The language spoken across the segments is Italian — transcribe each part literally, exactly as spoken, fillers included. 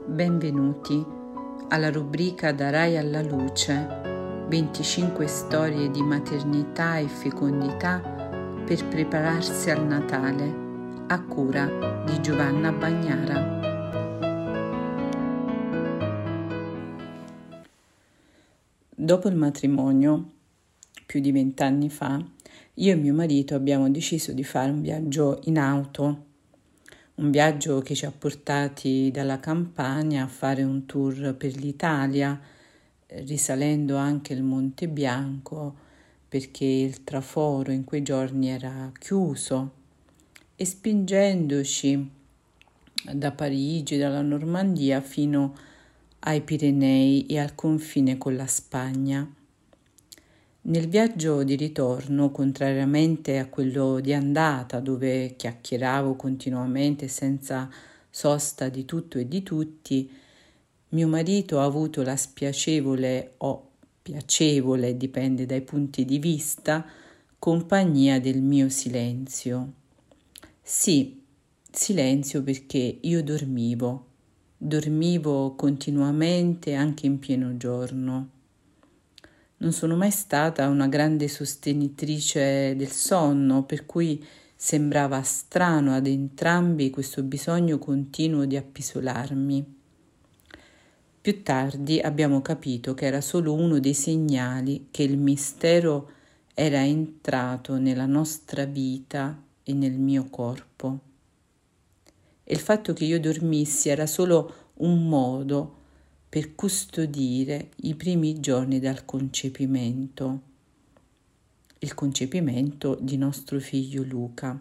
Benvenuti alla rubrica Darai alla luce, venticinque storie di maternità e fecondità per prepararsi al Natale, a cura di Giovanna Bagnara. Dopo il matrimonio, più di vent'anni fa, io e mio marito abbiamo deciso di fare un viaggio in auto. Un viaggio che ci ha portati dalla Campania a fare un tour per l'Italia, risalendo anche il Monte Bianco perché il traforo in quei giorni era chiuso e spingendoci da Parigi, dalla Normandia fino ai Pirenei e al confine con la Spagna. Nel viaggio di ritorno, contrariamente a quello di andata, dove chiacchieravo continuamente senza sosta di tutto e di tutti, mio marito ha avuto la spiacevole o piacevole, dipende dai punti di vista, compagnia del mio silenzio. Sì, silenzio perché io dormivo, dormivo continuamente anche in pieno giorno. Non sono mai stata una grande sostenitrice del sonno, per cui sembrava strano ad entrambi questo bisogno continuo di appisolarmi. Più tardi abbiamo capito che era solo uno dei segnali che il mistero era entrato nella nostra vita e nel mio corpo. E il fatto che io dormissi era solo un modo per custodire i primi giorni dal concepimento, il concepimento di nostro figlio Luca.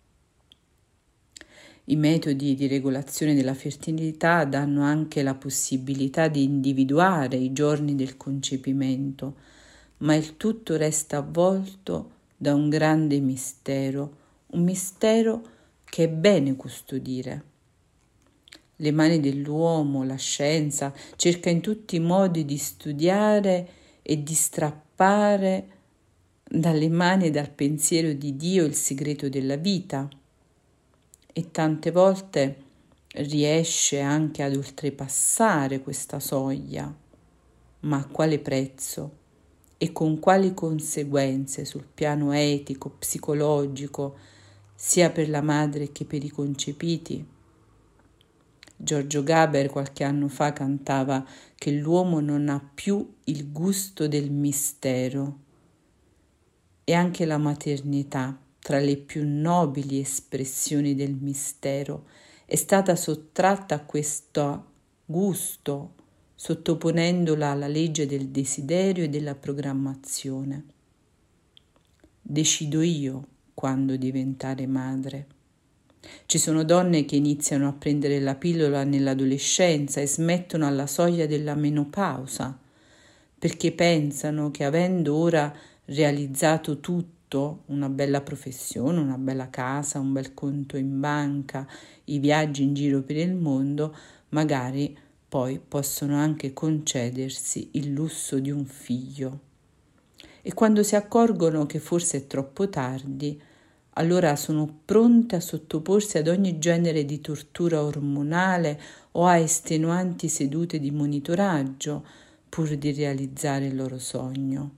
I metodi di regolazione della fertilità danno anche la possibilità di individuare i giorni del concepimento, ma il tutto resta avvolto da un grande mistero, un mistero che è bene custodire. Le mani dell'uomo, la scienza, cerca in tutti i modi di studiare e di strappare dalle mani e dal pensiero di Dio il segreto della vita e tante volte riesce anche ad oltrepassare questa soglia, ma a quale prezzo e con quali conseguenze sul piano etico, psicologico, sia per la madre che per i concepiti? Giorgio Gaber qualche anno fa cantava che l'uomo non ha più il gusto del mistero e anche la maternità, tra le più nobili espressioni del mistero, è stata sottratta a questo gusto, sottoponendola alla legge del desiderio e della programmazione. Decido io quando diventare madre. Ci sono donne che iniziano a prendere la pillola nell'adolescenza e smettono alla soglia della menopausa, perché pensano che avendo ora realizzato tutto, una bella professione, una bella casa, un bel conto in banca, i viaggi in giro per il mondo, magari poi possono anche concedersi il lusso di un figlio. E quando si accorgono che forse è troppo tardi, allora sono pronte a sottoporsi ad ogni genere di tortura ormonale o a estenuanti sedute di monitoraggio pur di realizzare il loro sogno.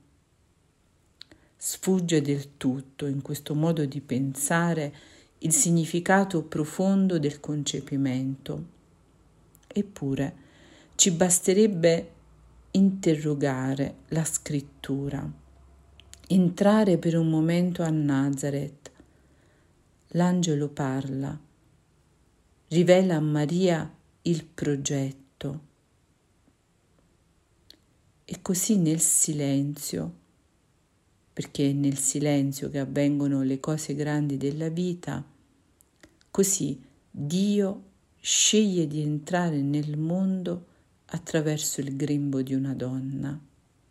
Sfugge del tutto in questo modo di pensare il significato profondo del concepimento. Eppure ci basterebbe interrogare la scrittura, entrare per un momento a Nazareth. L'angelo parla, rivela a Maria il progetto e così nel silenzio, perché è nel silenzio che avvengono le cose grandi della vita, così Dio sceglie di entrare nel mondo attraverso il grembo di una donna.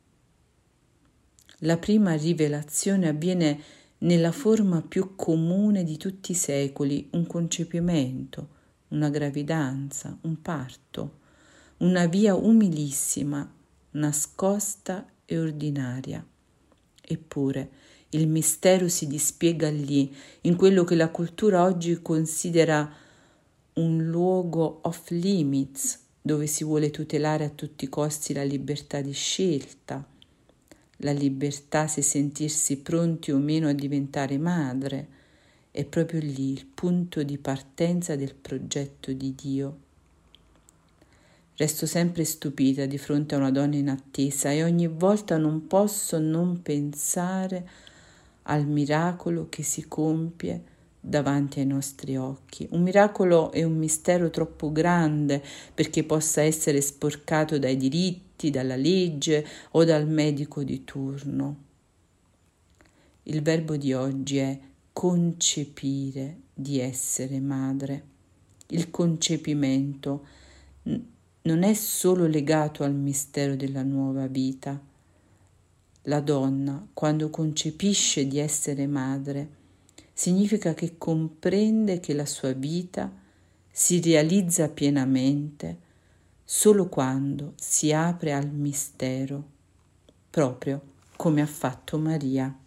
La prima rivelazione avviene nella forma più comune di tutti i secoli, un concepimento, una gravidanza, un parto, una via umilissima, nascosta e ordinaria. Eppure il mistero si dispiega lì, in quello che la cultura oggi considera un luogo off limits, dove si vuole tutelare a tutti i costi la libertà di scelta, la libertà se sentirsi pronti o meno a diventare madre. È proprio lì il punto di partenza del progetto di Dio. Resto sempre stupita di fronte a una donna in attesa e ogni volta non posso non pensare al miracolo che si compie davanti ai nostri occhi. Un miracolo è un mistero troppo grande perché possa essere sporcato dai diritti, dalla legge o dal medico di turno. Il verbo di oggi è concepire di essere madre. Il concepimento non è solo legato al mistero della nuova vita. La donna, quando concepisce di essere madre, significa che comprende che la sua vita si realizza pienamente solo quando si apre al mistero, proprio come ha fatto Maria.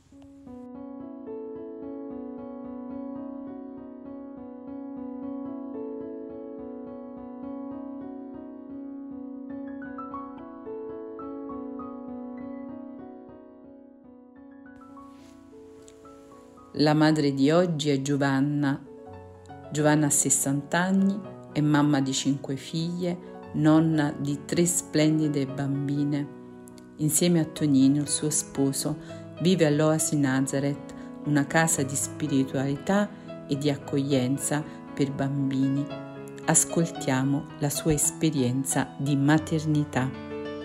La madre di oggi è Giovanna. Giovanna ha sessanta anni, è mamma di cinque figlie, nonna di tre splendide bambine. Insieme a Tonino, il suo sposo, vive all'Oasi Nazareth, una casa di spiritualità e di accoglienza per bambini. Ascoltiamo la sua esperienza di maternità.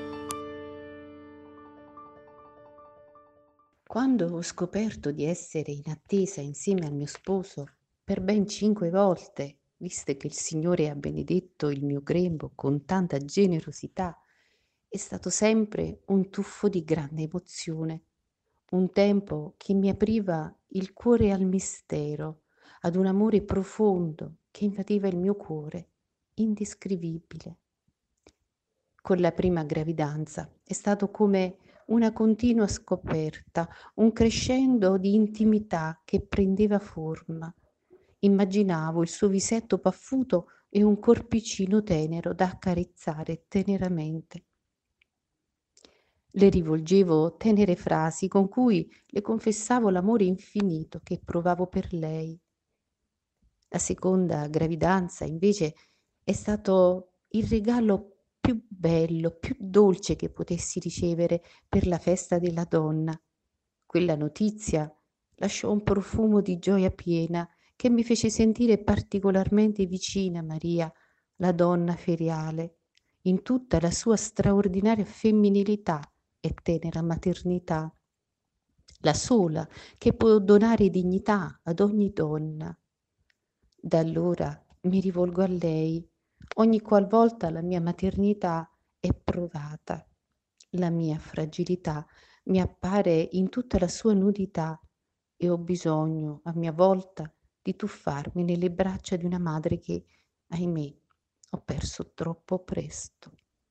Quando ho scoperto di essere in attesa insieme al mio sposo per ben cinque volte, visto che il Signore ha benedetto il mio grembo con tanta generosità, è stato sempre un tuffo di grande emozione, un tempo che mi apriva il cuore al mistero, ad un amore profondo che invadeva il mio cuore, indescrivibile. Con la prima gravidanza è stato come una continua scoperta, un crescendo di intimità che prendeva forma. Immaginavo il suo visetto paffuto e un corpicino tenero da accarezzare teneramente. Le rivolgevo tenere frasi con cui le confessavo l'amore infinito che provavo per lei. La seconda gravidanza, invece, è stato il regalo più bello, più dolce che potessi ricevere per la festa della donna. Quella notizia lasciò un profumo di gioia piena che mi fece sentire particolarmente vicina a Maria, la donna feriale, in tutta la sua straordinaria femminilità e tenera maternità, la sola che può donare dignità ad ogni donna. Da allora mi rivolgo a lei ogni qualvolta la mia maternità è provata. La mia fragilità mi appare in tutta la sua nudità e ho bisogno, a mia volta, di tuffarmi nelle braccia di una madre che, ahimè, ho perso troppo presto.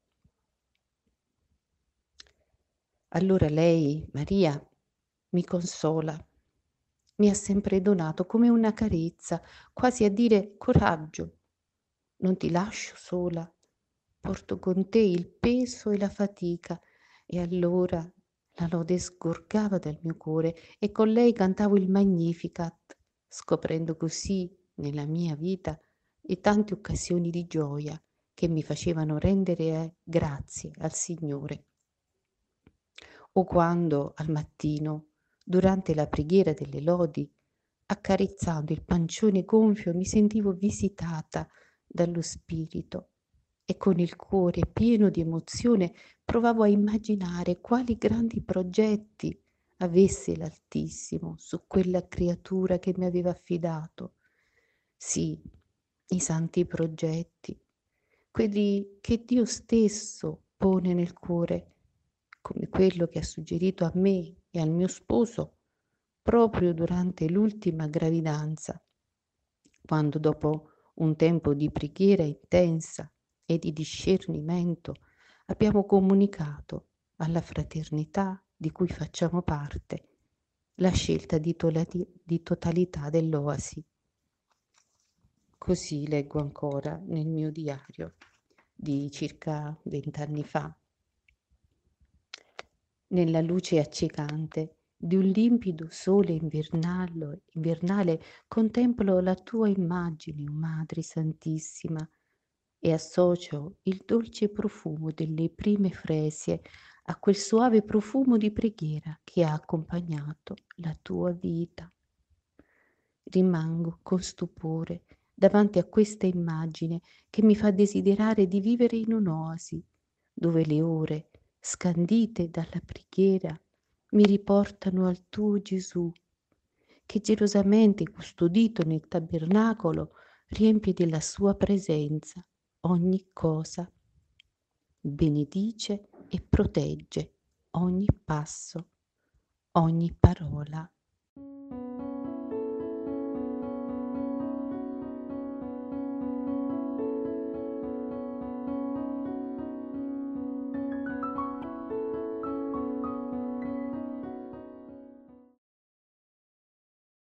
Allora lei, Maria, mi consola, mi ha sempre donato come una carezza, quasi a dire coraggio, non ti lascio sola, porto con te il peso e la fatica. E allora la lode sgorgava dal mio cuore e con lei cantavo il Magnificat, scoprendo così nella mia vita le tante occasioni di gioia che mi facevano rendere grazie al Signore. O quando al mattino, durante la preghiera delle lodi, accarezzando il pancione gonfio, mi sentivo visitata dallo Spirito e con il cuore pieno di emozione provavo a immaginare quali grandi progetti avesse l'Altissimo su quella creatura che mi aveva affidato. Sì, i santi progetti, quelli che Dio stesso pone nel cuore, come quello che ha suggerito a me e al mio sposo proprio durante l'ultima gravidanza, quando dopo un tempo di preghiera intensa e di discernimento abbiamo comunicato alla fraternità di cui facciamo parte la scelta di, tolati- di totalità dell'Oasi. Così leggo ancora nel mio diario. di circa vent'anni fa. Nella luce accecante di un limpido sole invernalo invernale contemplo la tua immagine, o Madre Santissima, e associo il dolce profumo delle prime fresie a quel suave profumo di preghiera che ha accompagnato la tua vita. Rimango con stupore davanti a questa immagine che mi fa desiderare di vivere in un'oasi, dove le ore, scandite dalla preghiera, mi riportano al tuo Gesù, che gelosamente custodito nel tabernacolo riempie della sua presenza ogni cosa, benedice e protegge ogni passo, ogni parola.